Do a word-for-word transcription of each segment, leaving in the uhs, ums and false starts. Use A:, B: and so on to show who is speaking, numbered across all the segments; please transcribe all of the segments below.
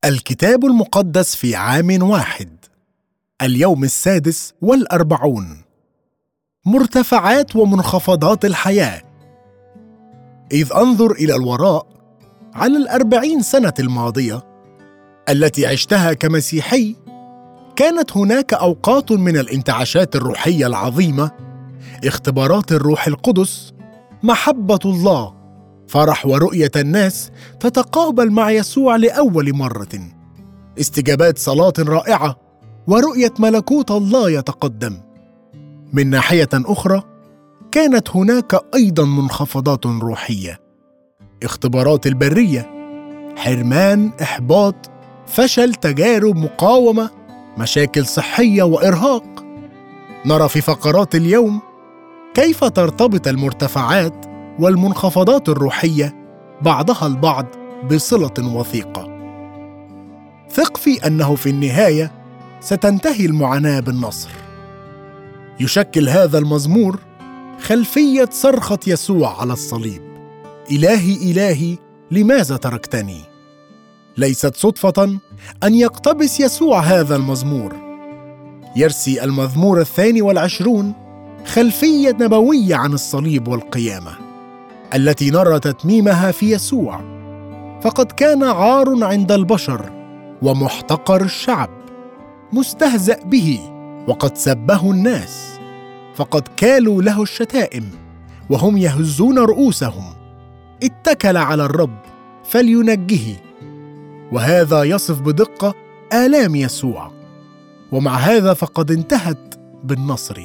A: الكتاب المقدس في عام واحد. اليوم السادس والأربعون. مرتفعات ومنخفضات الحياة. إذ أنظر إلى الوراء على الأربعين سنة الماضية التي عشتها كمسيحي، كانت هناك أوقات من الانتعاشات الروحية العظيمة، اختبارات الروح القدس، محبة الله، فرح ورؤية الناس تتقابل مع يسوع لأول مرة، استجابات صلاة رائعة، ورؤية ملكوت الله يتقدم. من ناحية أخرى، كانت هناك أيضاً منخفضات روحية، اختبارات البرية، حرمان، إحباط، فشل، تجارب، مقاومة، مشاكل صحية وإرهاق. نرى في فقرات اليوم كيف ترتبط المرتفعات والمنخفضات الروحية بعضها البعض بصلة وثيقة. ثق في أنه في النهاية ستنتهي المعاناة بالنصر. يشكل هذا المزمور خلفية صرخة يسوع على الصليب: إلهي إلهي لماذا تركتني؟ ليست صدفة أن يقتبس يسوع هذا المزمور. يرسي المزمور الثاني والعشرون خلفية نبوية عن الصليب والقيامة التي نرى تتميمها في يسوع، فقد كان عار عند البشر ومحتقر الشعب، مستهزأ به وقد سبه الناس، فقد كالوا له الشتائم وهم يهزون رؤوسهم. اتكل على الرب فلينجه. وهذا يصف بدقة آلام يسوع، ومع هذا فقد انتهت بالنصر.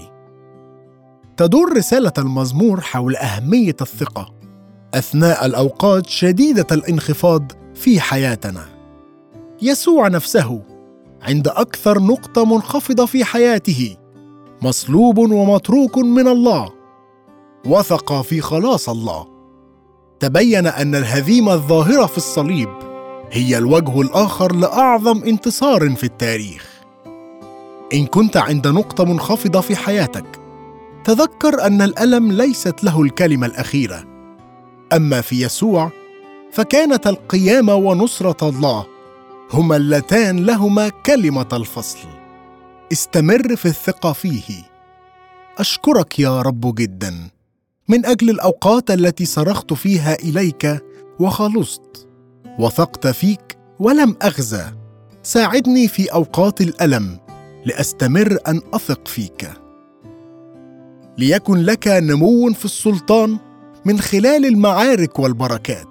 A: تدور رسالة المزمور حول أهمية الثقة أثناء الأوقات شديدة الانخفاض في حياتنا. يسوع نفسه عند أكثر نقطة منخفضة في حياته، مصلوب ومتروك من الله، وثق في خلاص الله. تبين أن الهزيمة الظاهرة في الصليب هي الوجه الآخر لأعظم انتصار في التاريخ. إن كنت عند نقطة منخفضة في حياتك، تذكر أن الألم ليست له الكلمة الأخيرة. أما في يسوع فكانت القيامة ونصرة الله هما اللتان لهما كلمة الفصل. استمر في الثقة فيه. أشكرك يا رب جدا من أجل الأوقات التي صرخت فيها إليك وخلصت. وثقت فيك ولم أخزى. ساعدني في أوقات الألم لأستمر أن أثق فيك. ليكن لك نمو في السلطان من خلال المعارك والبركات.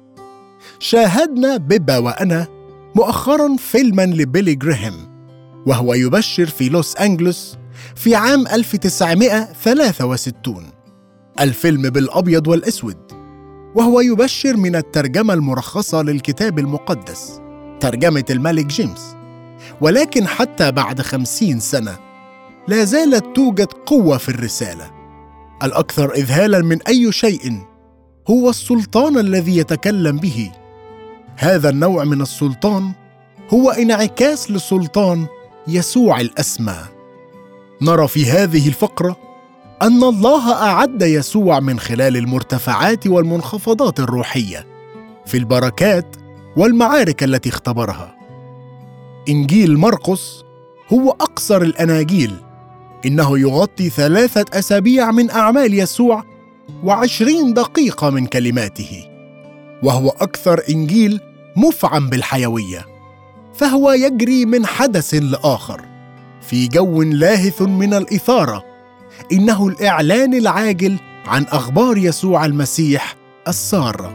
A: شاهدنا بيبا وأنا مؤخراً فيلماً لبيلي جراهام وهو يبشر في لوس أنجلوس في عام ألف وتسعمائة وثلاثة وستين. الفيلم بالأبيض والأسود، وهو يبشر من الترجمة المرخصة للكتاب المقدس، ترجمة الملك جيمس. ولكن حتى بعد خمسين سنة لا زالت توجد قوة في الرسالة. الأكثر إذهالاً من أي شيء هو السلطان الذي يتكلم به. هذا النوع من السلطان هو انعكاس لسلطان يسوع الأسمى. نرى في هذه الفقرة أن الله أعد يسوع من خلال المرتفعات والمنخفضات الروحية في البركات والمعارك التي اختبرها. إنجيل مرقس هو أقصر الأناجيل، إنه يغطي ثلاثة أسابيع من أعمال يسوع وعشرين دقيقة من كلماته، وهو أكثر إنجيل مفعم بالحيوية، فهو يجري من حدث لآخر في جو لاهث من الإثارة. إنه الإعلان العاجل عن أخبار يسوع المسيح السارة.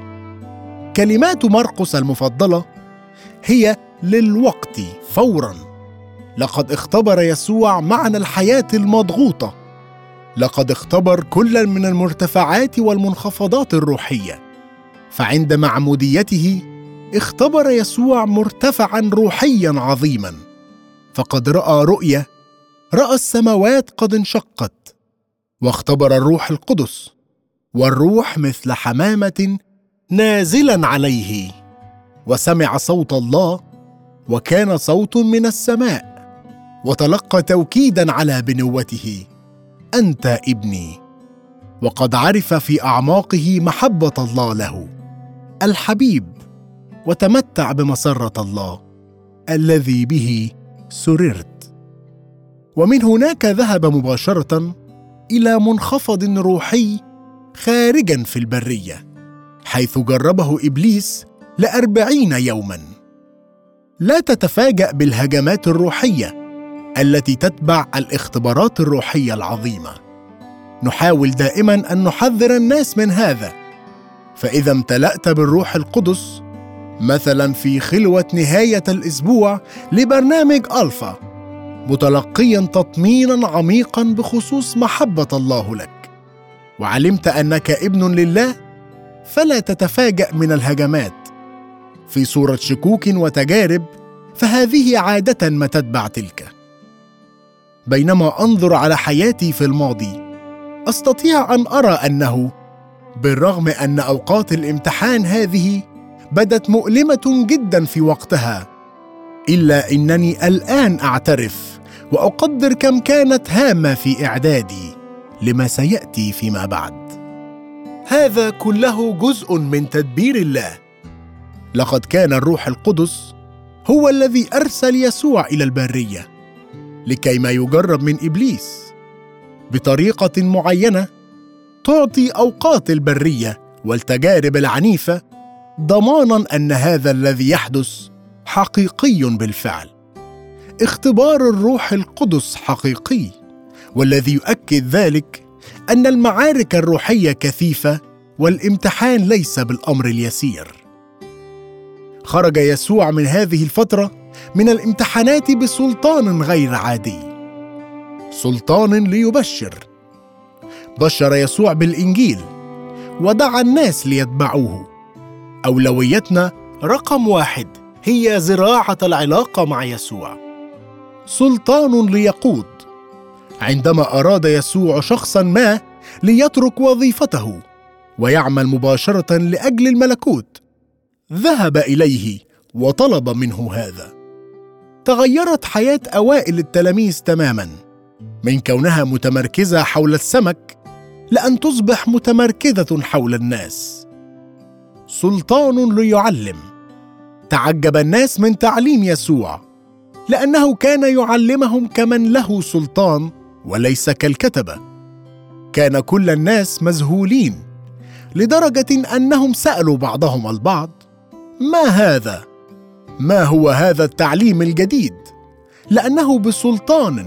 A: كلمات مرقس المفضلة هي للوقت فوراً. لقد اختبر يسوع معنى الحياة المضغوطة. لقد اختبر كل من المرتفعات والمنخفضات الروحية. فعند معموديته اختبر يسوع مرتفعاً روحياً عظيماً. فقد رأى رؤية، رأى السماوات قد انشقت، واختبر الروح القدس، والروح مثل حمامة نازلاً عليه، وسمع صوت الله، وكان صوت من السماء، وتلقى توكيداً على بنوته: أنت ابني. وقد عرف في أعماقه محبة الله له الحبيب، وتمتع بمسرة الله الذي به سررت. ومن هناك ذهب مباشرة إلى منخفض روحي خارجا في البرية، حيث جربه إبليس لأربعين يوما. لا تتفاجأ بالهجمات الروحية التي تتبع الاختبارات الروحية العظيمة. نحاول دائما أن نحذر الناس من هذا، فإذا امتلأت بالروح القدس مثلا في خلوة نهاية الأسبوع لبرنامج ألفا، متلقيا تطمينا عميقا بخصوص محبة الله لك، وعلمت أنك ابن لله، فلا تتفاجأ من الهجمات في صورة شكوك وتجارب، فهذه عادة ما تتبع تلك. بينما أنظر على حياتي في الماضي، أستطيع أن أرى أنه بالرغم أن أوقات الامتحان هذه بدت مؤلمة جدا في وقتها، إلا أنني الآن أعترف وأقدر كم كانت هامة في إعدادي لما سيأتي فيما بعد. هذا كله جزء من تدبير الله. لقد كان الروح القدس هو الذي أرسل يسوع إلى البرية لكي ما يجرب من إبليس بطريقة معينة تعطي أوقات البرية والتجارب العنيفة ضماناً أن هذا الذي يحدث حقيقي بالفعل. اختبار الروح القدس حقيقي، والذي يؤكد ذلك أن المعارك الروحية كثيفة والامتحان ليس بالأمر اليسير. خرج يسوع من هذه الفترة من الامتحانات بسلطان غير عادي، سلطان ليبشر. بشر يسوع بالإنجيل ودعا الناس ليتبعوه. أولويتنا رقم واحد هي زراعة العلاقة مع يسوع. سلطان ليقود. عندما أراد يسوع شخصا ما ليترك وظيفته ويعمل مباشرة لأجل الملكوت، ذهب إليه وطلب منه هذا. تغيرت حياة أوائل التلاميذ تماما، من كونها متمركزة حول السمك لأن تصبح متمركزة حول الناس. سلطان ليعلم. تعجب الناس من تعليم يسوع، لأنه كان يعلمهم كمن له سلطان وليس كالكتبة. كان كل الناس مذهولين لدرجة أنهم سألوا بعضهم البعض: ما هذا؟ ما هو هذا التعليم الجديد؟ لأنه بسلطان.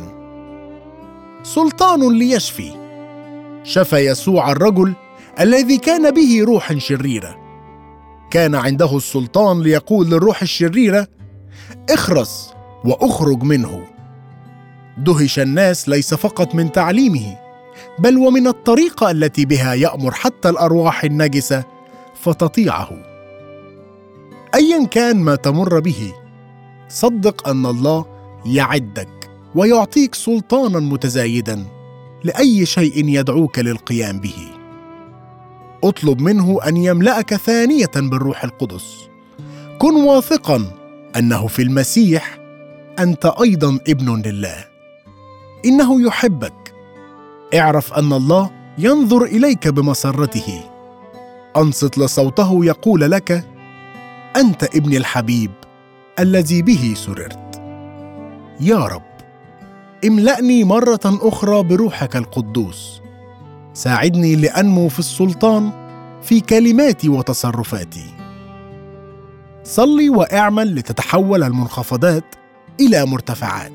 A: سلطان ليشفي. شفى يسوع الرجل الذي كان به روح شريرة. كان عنده السلطان ليقول للروح الشريرة: اخرس واخرج منه. دهش الناس ليس فقط من تعليمه، بل ومن الطريقة التي بها يأمر حتى الأرواح النجسة فتطيعه. أيا كان ما تمر به، صدق أن الله يعدك ويعطيك سلطانا متزايدا لأي شيء يدعوك للقيام به. اطلب منه أن يملأك ثانية بالروح القدس. كن واثقا أنه في المسيح أنت أيضا ابن لله. إنه يحبك. اعرف أن الله ينظر إليك بمسرته. أنصت لصوته يقول لك: أنت ابن الحبيب الذي به سررت. يا رب، املأني مرة أخرى بروحك القدوس. ساعدني لأنمو في السلطان في كلماتي وتصرفاتي. صلي واعمل لتتحول المنخفضات إلى مرتفعات.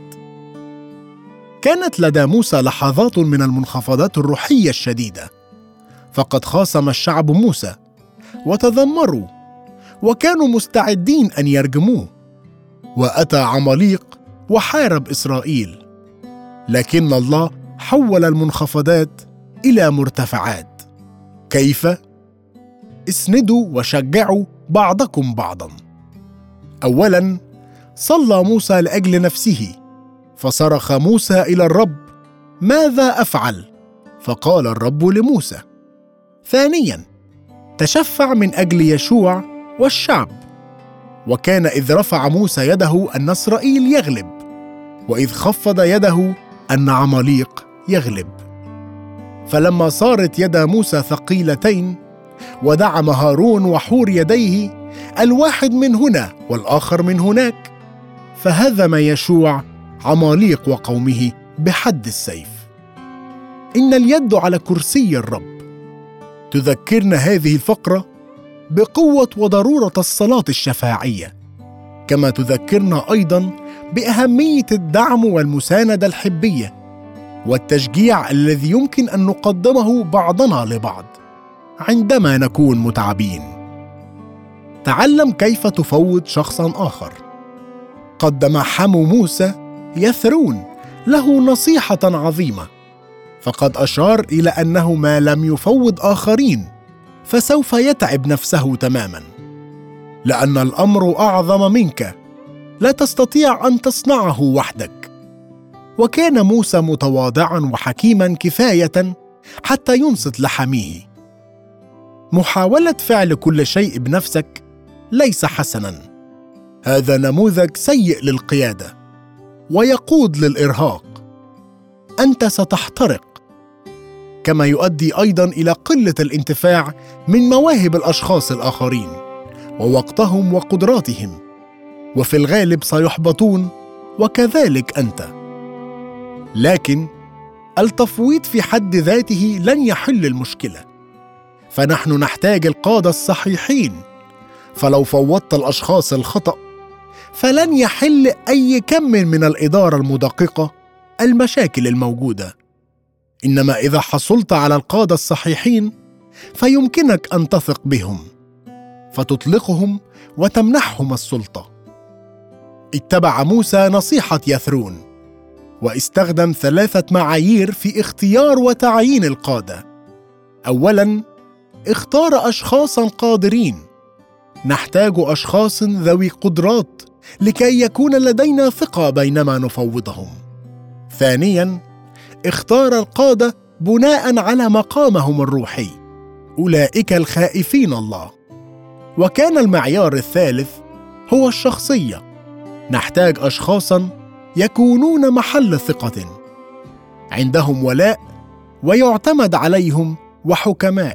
A: كانت لدى موسى لحظات من المنخفضات الروحية الشديدة، فقد خاصم الشعب موسى وتذمروا وكانوا مستعدين أن يرجموه، وأتى عماليق وحارب إسرائيل. لكن الله حول المنخفضات إلى مرتفعات. كيف؟ اسندوا وشجعوا بعضكم بعضا. أولا، صلى موسى لأجل نفسه، فصرخ موسى إلى الرب: ماذا أفعل؟ فقال الرب لموسى. ثانيا، تشفع من أجل يشوع والشعب، وكان إذ رفع موسى يده أن إسرائيل يغلب، وإذ خفض يده أن عماليق يغلب. فلما صارت يدا موسى ثقيلتين ودعم هارون وحور يديه الواحد من هنا والآخر من هناك، فهزم يشوع عماليق وقومه بحد السيف. إن اليد على كرسي الرب. تذكرنا هذه الفقرة بقوة وضرورة الصلاة الشفاعية، كما تذكرنا أيضاً بأهمية الدعم والمساندة الحبية والتشجيع الذي يمكن أن نقدمه بعضنا لبعض عندما نكون متعبين. تعلم كيف تفوض شخصاً آخر. قدم حمو موسى يثرون له نصيحة عظيمة، فقد أشار إلى أنه ما لم يفوض آخرين فسوف يتعب نفسه تماماً، لأن الأمر أعظم منك، لا تستطيع أن تصنعه وحدك. وكان موسى متواضعاً وحكيماً كفاية حتى ينصت لحميه. محاولة فعل كل شيء بنفسك ليس حسناً، هذا نموذج سيء للقيادة ويقود للإرهاق. أنت ستحترق، كما يؤدي أيضاً إلى قلة الانتفاع من مواهب الأشخاص الآخرين ووقتهم وقدراتهم، وفي الغالب سيحبطون، وكذلك أنت. لكن التفويض في حد ذاته لن يحل المشكلة، فنحن نحتاج القادة الصحيحين. فلو فوضت الأشخاص الخطأ فلن يحل أي كم من الإدارة المدققة المشاكل الموجودة. إنما إذا حصلت على القادة الصحيحين فيمكنك أن تثق بهم، فتطلقهم وتمنحهم السلطة. اتبع موسى نصيحة يثرون، واستخدم ثلاثة معايير في اختيار وتعيين القادة. أولاً، اختار أشخاصاً قادرين. نحتاج أشخاص ذوي قدرات لكي يكون لدينا ثقة بينما نفوضهم. ثانياً، اختار القادة بناء على مقامهم الروحي، أولئك الخائفين الله. وكان المعيار الثالث هو الشخصية. نحتاج أشخاصاً يكونون محل ثقة، عندهم ولاء ويعتمد عليهم، وحكماء.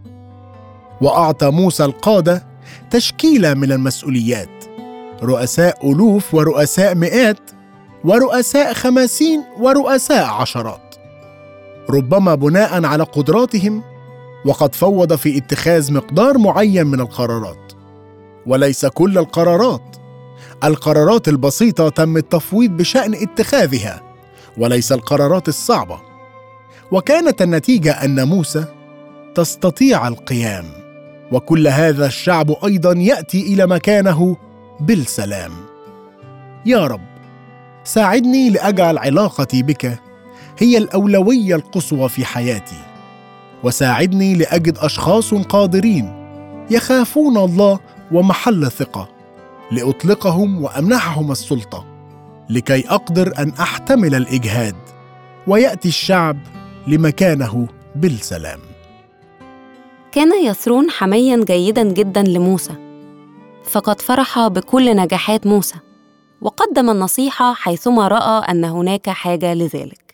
A: وأعطى موسى القادة تشكيلة من المسؤوليات: رؤساء ألوف ورؤساء مئات ورؤساء خمسين ورؤساء عشرات، ربما بناء على قدراتهم. وقد فوض في اتخاذ مقدار معين من القرارات، وليس كل القرارات. القرارات البسيطة تم التفويض بشأن اتخاذها، وليس القرارات الصعبة. وكانت النتيجة أن موسى تستطيع القيام، وكل هذا الشعب أيضاً يأتي إلى مكانه بالسلام. يا رب، ساعدني لأجعل علاقتي بك هي الأولوية القصوى في حياتي، وساعدني لأجد أشخاص قادرين يخافون الله ومحل ثقة، لأطلقهم وأمنحهم السلطة، لكي أقدر أن أحتمل الإجهاد، ويأتي الشعب لمكانه بالسلام.
B: كان يثرون حمياً جيداً جداً لموسى، فقد فرح بكل نجاحات موسى، وقدم النصيحة حيثما رأى أن هناك حاجة لذلك.